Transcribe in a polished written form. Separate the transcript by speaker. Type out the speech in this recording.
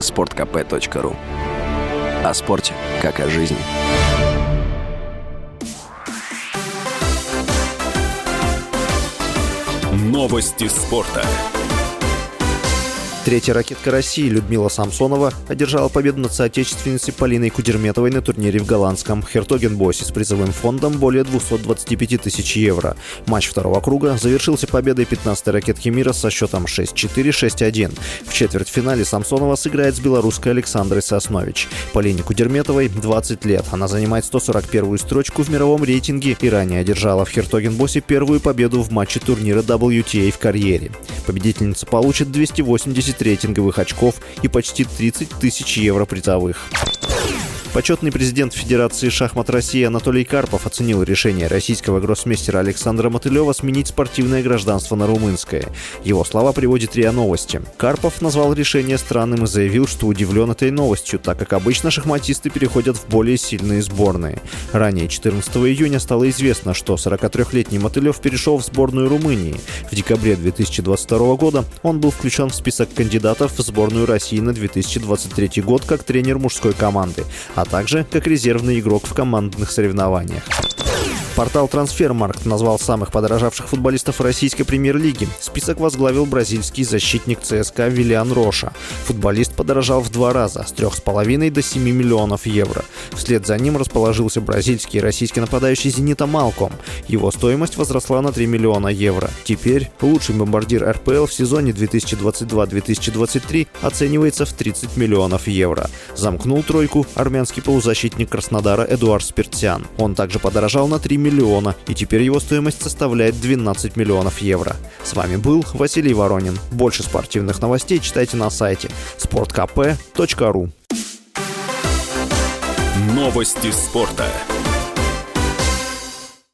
Speaker 1: sportkp.ru. О спорте, как о жизни.
Speaker 2: Новости спорта.
Speaker 3: Третья ракетка России Людмила Самсонова одержала победу над соотечественницей Полиной Кудерметовой на турнире в голландском Хертогенбосе с призовым фондом более 225 тысяч евро. Матч второго круга завершился победой 15-й ракетки мира со счетом 6-4, 6-1. В четвертьфинале Самсонова сыграет с белорусской Александрой Соснович. Полине Кудерметовой 20 лет. Она занимает 141-ю строчку в мировом рейтинге и ранее одержала в Хертогенбосе первую победу в матче турнира WTA в карьере. Победительница получит 280 рейтинговых очков и почти 30 тысяч евро призовых. Почетный президент Федерации шахмат России Анатолий Карпов оценил решение российского гроссмейстера Александра Мотылева сменить спортивное гражданство на румынское. Его слова приводит РИА Новости. Карпов назвал решение странным и заявил, что удивлен этой новостью, так как обычно шахматисты переходят в более сильные сборные. Ранее, 14 июня, стало известно, что 43-летний Мотылев перешел в сборную Румынии. В декабре 2022 года он был включен в список кандидатов в сборную России на 2023 год как тренер мужской команды, а также как резервный игрок в командных соревнованиях. Портал Трансфермаркт назвал самых подорожавших футболистов российской премьер-лиги. Список возглавил бразильский защитник ЦСКА Виллиан Роша. Футболист подорожал в 2 раза, с 3,5 до 7 миллионов евро. Вслед за ним расположился бразильский и российский нападающий «Зенита» Малком. Его стоимость возросла на 3 миллиона евро. Теперь лучший бомбардир РПЛ в сезоне 2022-2023 оценивается в 30 миллионов евро. Замкнул тройку армянский полузащитник Краснодара Эдуард Спиртсян. Он также подорожал на 3 миллиона, и теперь его стоимость составляет 12 миллионов евро. С вами был Василий Воронин. Больше спортивных новостей читайте на сайте sportkp.ru.
Speaker 2: Новости спорта.